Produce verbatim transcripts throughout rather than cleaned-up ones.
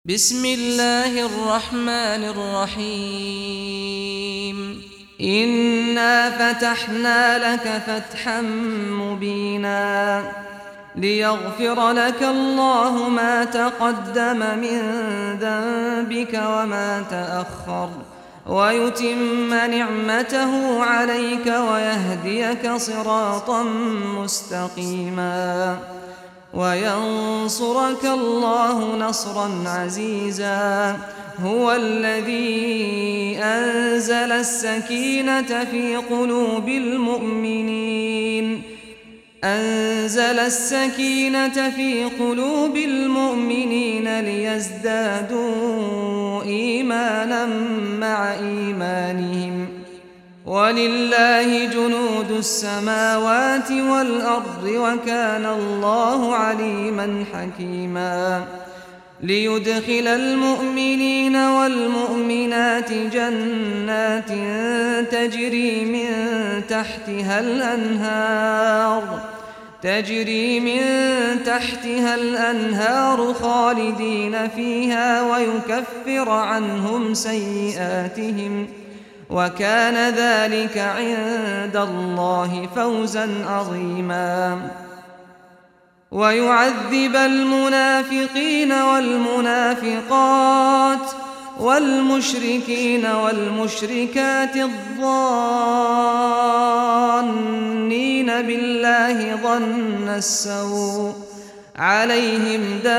بسم الله الرحمن الرحيم إنا فتحنا لك فتحا مبينا ليغفر لك الله ما تقدم من ذنبك وما تأخر ويتم نعمته عليك ويهديك صراطا مستقيما وينصرك الله نصرا عزيزا هو الذي أنزل السكينة في قلوب المؤمنين أنزل السكينة في قلوب المؤمنين ليزدادوا إيمانا مع إيمانهم ولله جنود السماوات والأرض وكان الله عليما حكيما ليدخل المؤمنين والمؤمنات جنات تجري من تحتها الأنهار تجري من تحتها الأنهار خالدين فيها ويكفر عنهم سيئاتهم وكان ذلك عند الله فوزا عظيما ويعذب المنافقين والمنافقات والمشركين والمشركات الظانين بالله ظن السوء عليهم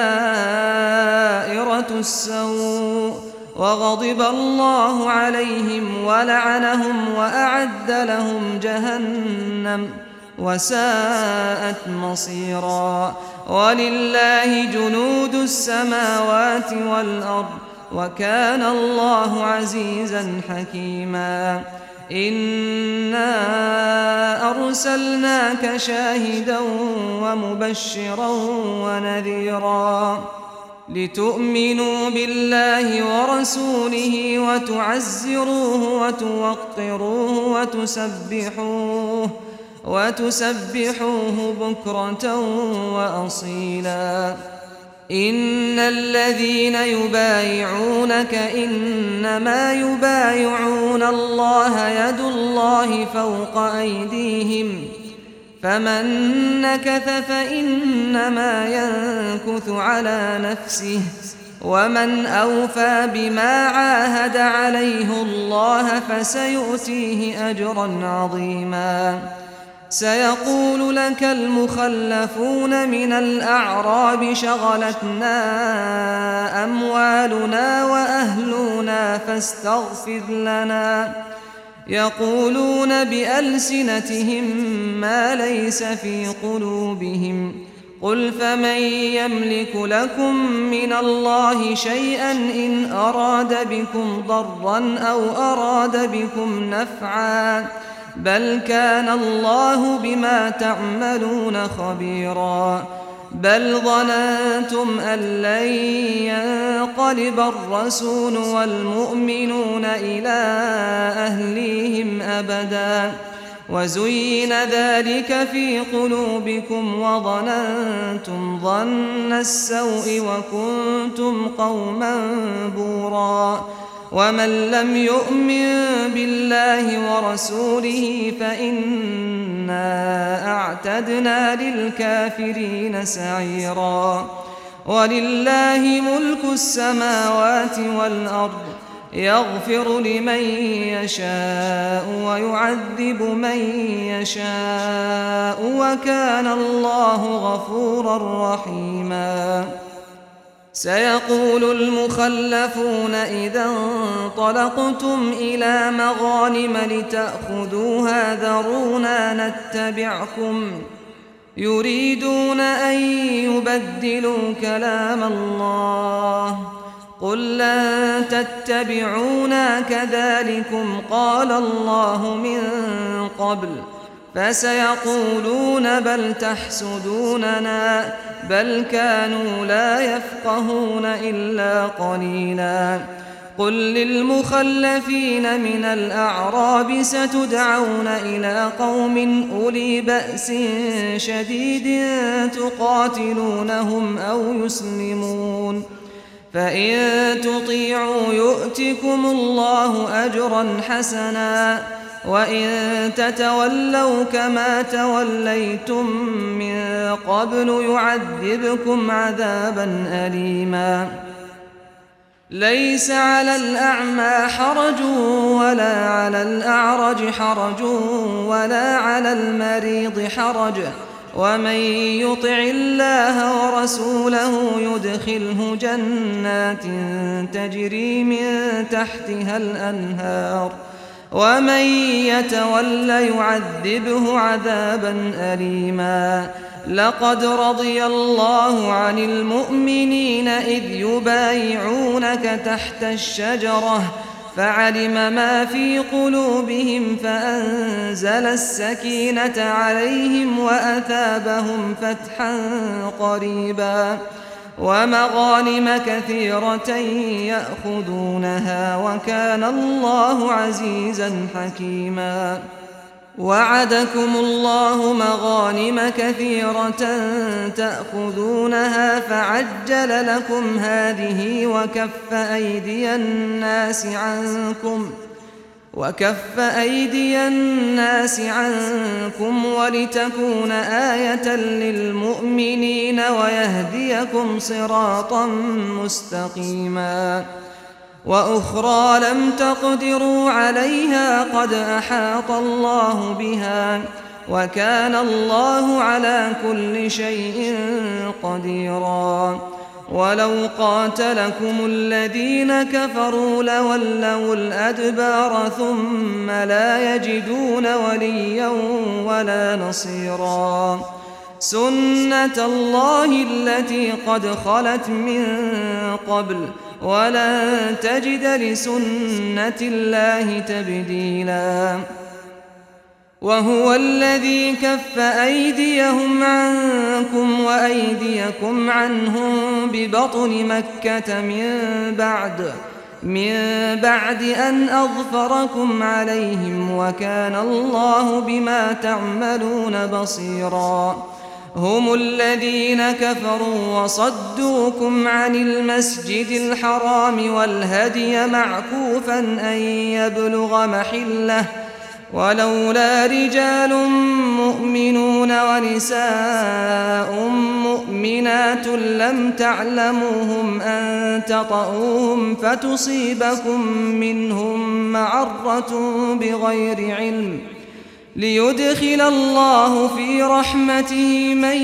دائرة السوء وغضب الله عليهم ولعنهم وأعد لهم جهنم وساءت مصيرا ولله جنود السماوات والأرض وكان الله عزيزا حكيما إنا أرسلناك شاهدا ومبشرا ونذيرا لتؤمنوا بالله ورسوله وتعزروه وتوقروه وتسبحوه وتسبحوه بكرة وأصيلا إن الذين يبايعونك إنما يبايعون الله يد الله فوق أيديهم فمن نكث فإنما ينكث على نفسه ومن أوفى بما عاهد عليه الله فسيؤتيه أجرا عظيما سيقول لك المخلفون من الأعراب شغلتنا أموالنا وأهلنا فاستغفر لنا يقولون بألسنتهم ما ليس في قلوبهم قل فمن يملك لكم من الله شيئا إن أراد بكم ضرا أو أراد بكم نفعا بل كان الله بما تعملون خبيرا بل ظننتم أن لن ينقلب الرسول والمؤمنون إلى أهليهم أبدا وزين ذلك في قلوبكم وظننتم ظن السوء وكنتم قوما بورا ومن لم يؤمن بالله ورسوله فإنا أعتدنا للكافرين سعيرا ولله ملك السماوات والأرض يغفر لمن يشاء ويعذب من يشاء وكان الله غفورا رحيما سيقول المخلفون إذا انطلقتم إلى مغانم لتأخذوها ذرونا نتبعكم يريدون أن يبدلوا كلام الله قل لن تتبعونا كذلكم قال الله من قبل فسيقولون بل تحسدوننا بل كانوا لا يفقهون إلا قليلا قل للمخلفين من الأعراب ستدعون إلى قوم أولي بأس شديد تقاتلونهم أو يسلمون فإن تطيعوا يؤتكم الله أجرا حسنا وإن تتولوا كما توليتم من قبل يعذبكم عذابا أليما ليس على الأعمى حرج ولا على الأعرج حرج ولا على المريض حرج ومن يطع الله ورسوله يدخله جنات تجري من تحتها الأنهار ومن يتول يعذبه عذابا أليما لقد رضي الله عن المؤمنين إذ يبايعونك تحت الشجرة فعلم ما في قلوبهم فأنزل السكينة عليهم وأثابهم فتحا قريبا ومغانم كثيرة يأخذونها وكان الله عزيزا حكيما وعدكم الله مغانم كثيرة تأخذونها فعجل لكم هذه وكف أيدي الناس عنكم وكف أيدي الناس عنكم ولتكون آية للمؤمنين ويهديكم صراطا مستقيما وأخرى لم تقدروا عليها قد أحاط الله بها وكان الله على كل شيء قديرا ولو قاتلكم الذين كفروا لولوا الأدبار ثم لا يجدون وليا ولا نصيرا سنة الله التي قد خلت من قبل ولن تجد لسنة الله تبديلا وهو الذي كف أيديهم عنكم وأيديكم عنهم ببطن مكة من بعد من بعد أن أظفركم عليهم وكان الله بما تعملون بصيرا هم الذين كفروا وصدوكم عن المسجد الحرام والهدي معكوفا أن يبلغ محله ولولا رجال مؤمنون ونساء مؤمنات لم تعلموهم أن تطؤوهم فتصيبكم منهم معرة بغير علم ليدخل الله في رحمته من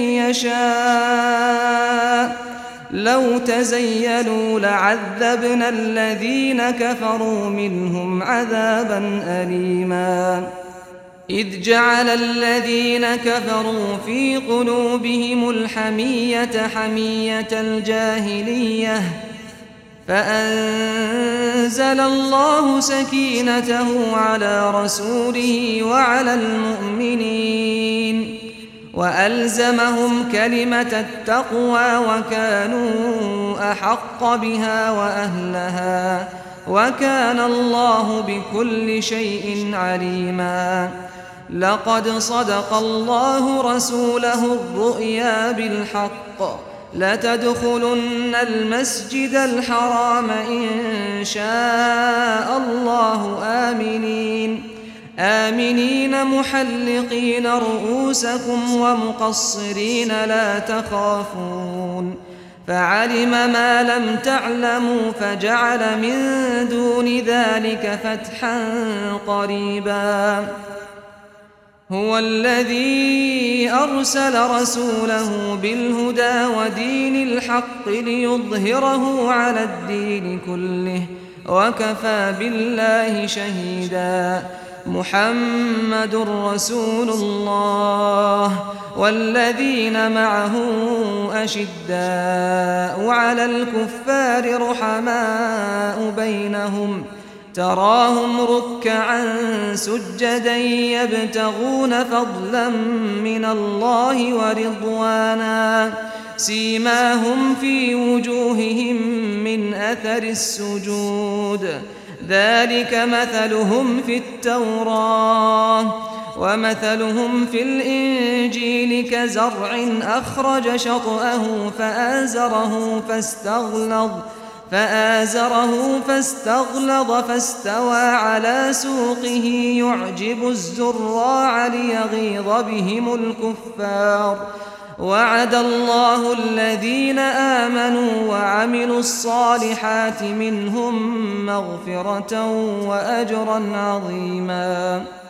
يشاء لو تزيلوا لعذبنا الذين كفروا منهم عذابا أليما إذ جعل الذين كفروا في قلوبهم الحمية حمية الجاهلية فأنزل الله سكينته على رسوله وعلى المؤمنين وألزمهم كلمة التقوى وكانوا أحق بها وأهلها وكان الله بكل شيء عليما لقد صدق الله رسوله الرؤيا بالحق لتدخلن المسجد الحرام إن شاء الله آمنين آمنين محلقين رؤوسكم ومقصرين لا تخافون فعلم ما لم تعلموا فجعل من دون ذلك فتحا قريبا هو الذي أرسل رسوله بالهدى ودين الحق ليظهره على الدين كله وكفى بالله شهيدا محمد رسول الله والذين معه أشداء على الكفار رحماء بينهم تراهم ركعا سجدا يبتغون فضلا من الله ورضوانا سيماهم في وجوههم من أثر السجود ذلك مثلهم في التوراة ومثلهم في الإنجيل كزرع أخرج شطأه فآزره فاستغلظ فآزره فاستغلظ فاستوى على سوقه يعجب الزراع ليغيظ بهم الكفار وعد الله الذين آمنوا وعملوا الصالحات منهم مغفرة وأجرا عظيما.